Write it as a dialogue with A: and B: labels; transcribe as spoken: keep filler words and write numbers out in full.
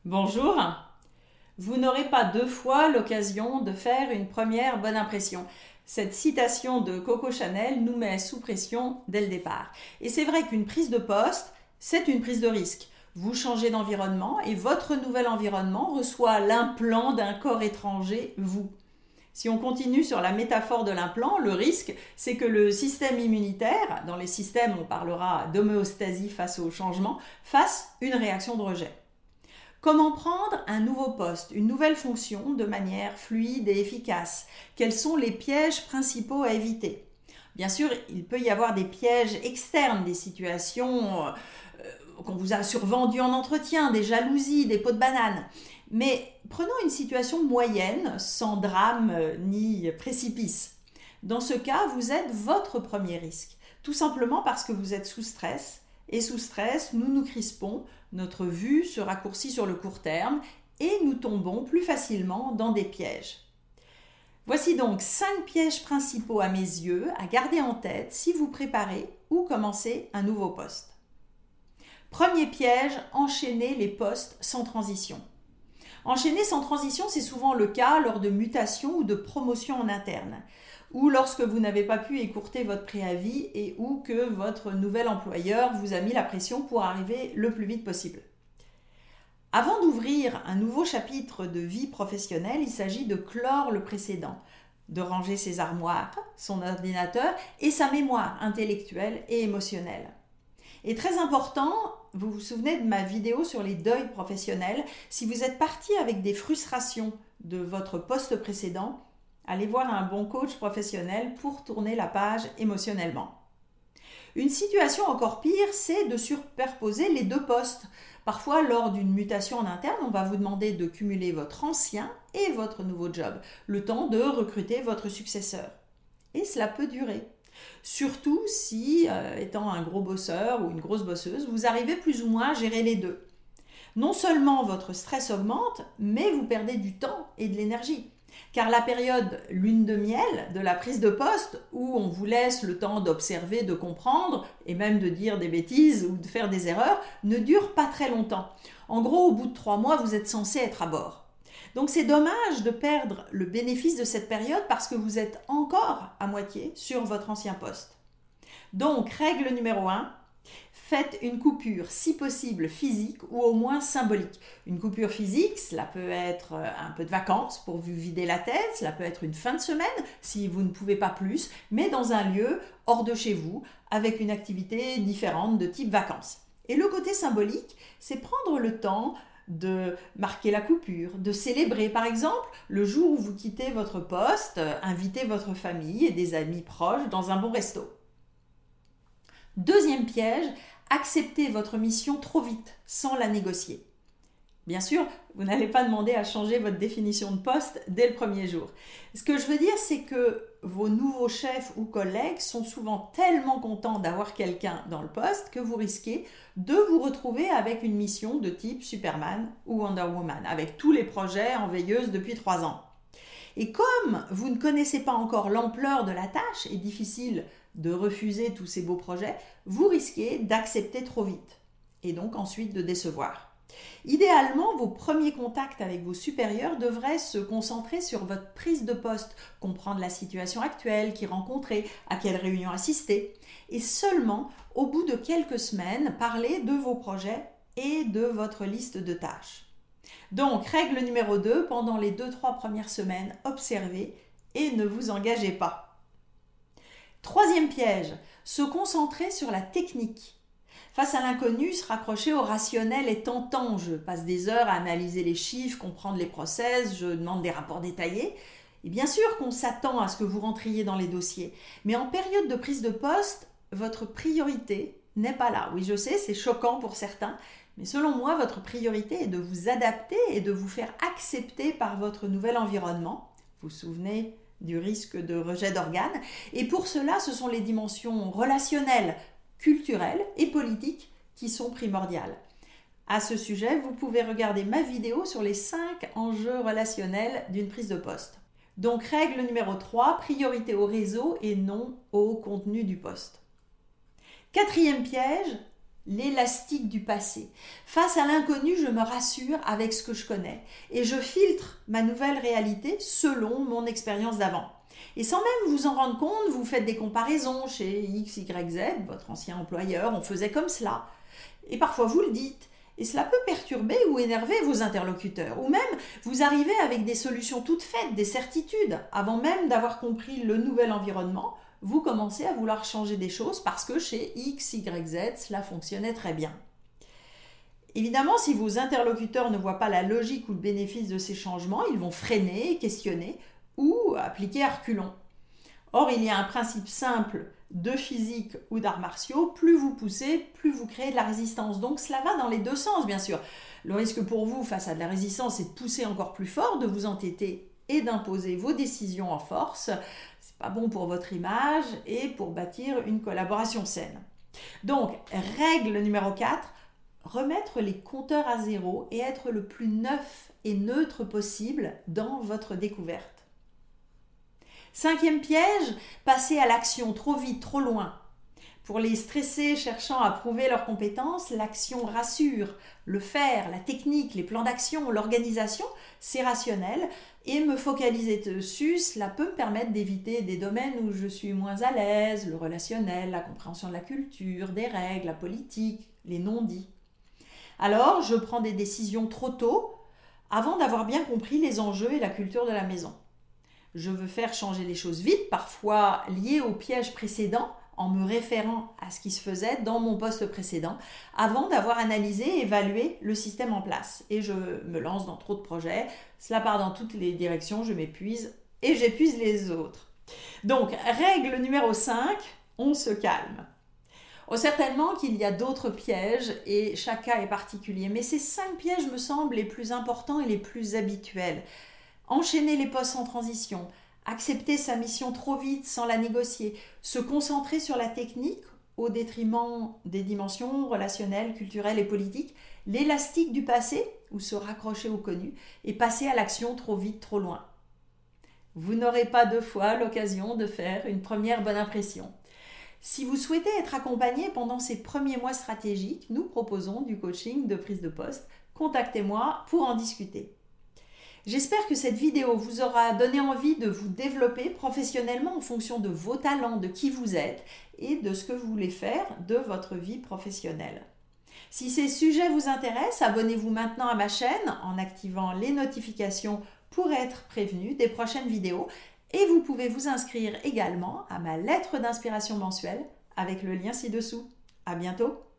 A: Bonjour. Vous n'aurez pas deux fois l'occasion de faire une première bonne impression. Cette citation de Coco Chanel nous met sous pression dès le départ. Et c'est vrai qu'une prise de poste, c'est une prise de risque. Vous changez d'environnement et votre nouvel environnement reçoit l'implant d'un corps étranger, vous. Si on continue sur la métaphore de l'implant, le risque, c'est que le système immunitaire, dans les systèmes on parlera d'homéostasie face au changement, fasse une réaction de rejet. Comment prendre un nouveau poste, une nouvelle fonction de manière fluide et efficace? Quels sont les pièges principaux à éviter? Bien sûr, il peut y avoir des pièges externes, des situations euh, qu'on vous a survendues en entretien, des jalousies, des pots de banane. Mais prenons une situation moyenne, sans drame euh, ni précipice. Dans ce cas, vous êtes votre premier risque, tout simplement parce que vous êtes sous stress. Et sous stress, nous nous crispons, notre vue se raccourcit sur le court terme et nous tombons plus facilement dans des pièges. Voici donc cinq pièges principaux à mes yeux à garder en tête si vous préparez ou commencez un nouveau poste. Premier piège, enchaîner les postes sans transition. Enchaîner sans transition, c'est souvent le cas lors de mutations ou de promotions en interne, ou lorsque vous n'avez pas pu écourter votre préavis et ou que votre nouvel employeur vous a mis la pression pour arriver le plus vite possible. Avant d'ouvrir un nouveau chapitre de vie professionnelle, il s'agit de clore le précédent, de ranger ses armoires, son ordinateur et sa mémoire intellectuelle et émotionnelle. Et très important, vous vous souvenez de ma vidéo sur les deuils professionnels, si vous êtes parti avec des frustrations de votre poste précédent, allez voir un bon coach professionnel pour tourner la page émotionnellement. Une situation encore pire, c'est de superposer les deux postes. Parfois, lors d'une mutation en interne, on va vous demander de cumuler votre ancien et votre nouveau job, le temps de recruter votre successeur. Et cela peut durer. Surtout si, euh, étant un gros bosseur ou une grosse bosseuse, vous arrivez plus ou moins à gérer les deux. Non seulement votre stress augmente, mais vous perdez du temps et de l'énergie. Car la période lune de miel de la prise de poste, où on vous laisse le temps d'observer, de comprendre, et même de dire des bêtises ou de faire des erreurs, ne dure pas très longtemps. En gros, au bout de trois mois, vous êtes censé être à bord. Donc c'est dommage de perdre le bénéfice de cette période parce que vous êtes encore à moitié sur votre ancien poste. Donc, règle numéro un, faites une coupure, si possible physique ou au moins symbolique. Une coupure physique, cela peut être un peu de vacances pour vous vider la tête, cela peut être une fin de semaine si vous ne pouvez pas plus, mais dans un lieu hors de chez vous, avec une activité différente de type vacances. Et le côté symbolique, c'est prendre le temps de marquer la coupure, de célébrer par exemple le jour où vous quittez votre poste, inviter votre famille et des amis proches dans un bon resto. Deuxième piège, acceptez votre mission trop vite, sans la négocier. Bien sûr, vous n'allez pas demander à changer votre définition de poste dès le premier jour. Ce que je veux dire, c'est que vos nouveaux chefs ou collègues sont souvent tellement contents d'avoir quelqu'un dans le poste que vous risquez de vous retrouver avec une mission de type Superman ou Wonder Woman, avec tous les projets en veilleuse depuis trois ans. Et comme vous ne connaissez pas encore l'ampleur de la tâche et difficile de refuser tous ces beaux projets, vous risquez d'accepter trop vite et donc ensuite de décevoir. Idéalement, vos premiers contacts avec vos supérieurs devraient se concentrer sur votre prise de poste, comprendre la situation actuelle, qui rencontrer, à quelle réunion assister, et seulement au bout de quelques semaines, parler de vos projets et de votre liste de tâches. Donc, règle numéro deux, pendant les deux trois premières semaines, observez et ne vous engagez pas. Troisième piège, se concentrer sur la technique. Face à l'inconnu, se raccrocher au rationnel est tentant. Je passe des heures à analyser les chiffres, comprendre les process, je demande des rapports détaillés. Et bien sûr qu'on s'attend à ce que vous rentriez dans les dossiers. Mais en période de prise de poste, votre priorité n'est pas là. Oui, je sais, c'est choquant pour certains, mais selon moi, votre priorité est de vous adapter et de vous faire accepter par votre nouvel environnement. Vous vous souvenez du risque de rejet d'organes. Et pour cela, ce sont les dimensions relationnelles, culturelles et politiques qui sont primordiales. À ce sujet, vous pouvez regarder ma vidéo sur les cinq enjeux relationnels d'une prise de poste. Donc, règle numéro trois, priorité au réseau et non au contenu du poste. Quatrième piège, l'élastique du passé. Face à l'inconnu, je me rassure avec ce que je connais et je filtre ma nouvelle réalité selon mon expérience d'avant. Et sans même vous en rendre compte, vous faites des comparaisons chez X Y Z, votre ancien employeur, on faisait comme cela. Et parfois vous le dites. Et cela peut perturber ou énerver vos interlocuteurs. Ou même, vous arrivez avec des solutions toutes faites, des certitudes. Avant même d'avoir compris le nouvel environnement, vous commencez à vouloir changer des choses parce que chez X Y Z, cela fonctionnait très bien. Évidemment, si vos interlocuteurs ne voient pas la logique ou le bénéfice de ces changements, ils vont freiner, questionner ou appliquer à reculons. Or, il y a un principe simple de physique ou d'arts martiaux, plus vous poussez, plus vous créez de la résistance. Donc cela va dans les deux sens, bien sûr. Le risque pour vous face à de la résistance, c'est de pousser encore plus fort, de vous entêter et d'imposer vos décisions en force. C'est pas bon pour votre image et pour bâtir une collaboration saine. Donc, règle numéro quatre, remettre les compteurs à zéro et être le plus neuf et neutre possible dans votre découverte. Cinquième piège, passer à l'action trop vite, trop loin. Pour les stressés cherchant à prouver leurs compétences, l'action rassure. Le faire, la technique, les plans d'action, l'organisation, c'est rationnel. Et me focaliser dessus, cela peut me permettre d'éviter des domaines où je suis moins à l'aise, le relationnel, la compréhension de la culture, des règles, la politique, les non-dits. Alors, je prends des décisions trop tôt, avant d'avoir bien compris les enjeux et la culture de la maison. Je veux faire changer les choses vite, parfois liées au piège précédent, en me référant à ce qui se faisait dans mon poste précédent, avant d'avoir analysé et évalué le système en place. Et je me lance dans trop de projets, cela part dans toutes les directions, je m'épuise et j'épuise les autres. Donc, règle numéro cinq, on se calme. Oh, certainement qu'il y a d'autres pièges et chaque cas est particulier, mais ces cinq pièges me semblent les plus importants et les plus habituels. Enchaîner les postes en transition, accepter sa mission trop vite sans la négocier, se concentrer sur la technique au détriment des dimensions relationnelles, culturelles et politiques, l'élastique du passé ou se raccrocher au connu et passer à l'action trop vite, trop loin. Vous n'aurez pas deux fois l'occasion de faire une première bonne impression. Si vous souhaitez être accompagné pendant ces premiers mois stratégiques, nous proposons du coaching de prise de poste. Contactez-moi pour en discuter. J'espère que cette vidéo vous aura donné envie de vous développer professionnellement en fonction de vos talents, de qui vous êtes et de ce que vous voulez faire de votre vie professionnelle. Si ces sujets vous intéressent, abonnez-vous maintenant à ma chaîne en activant les notifications pour être prévenu des prochaines vidéos et vous pouvez vous inscrire également à ma lettre d'inspiration mensuelle avec le lien ci-dessous. À bientôt!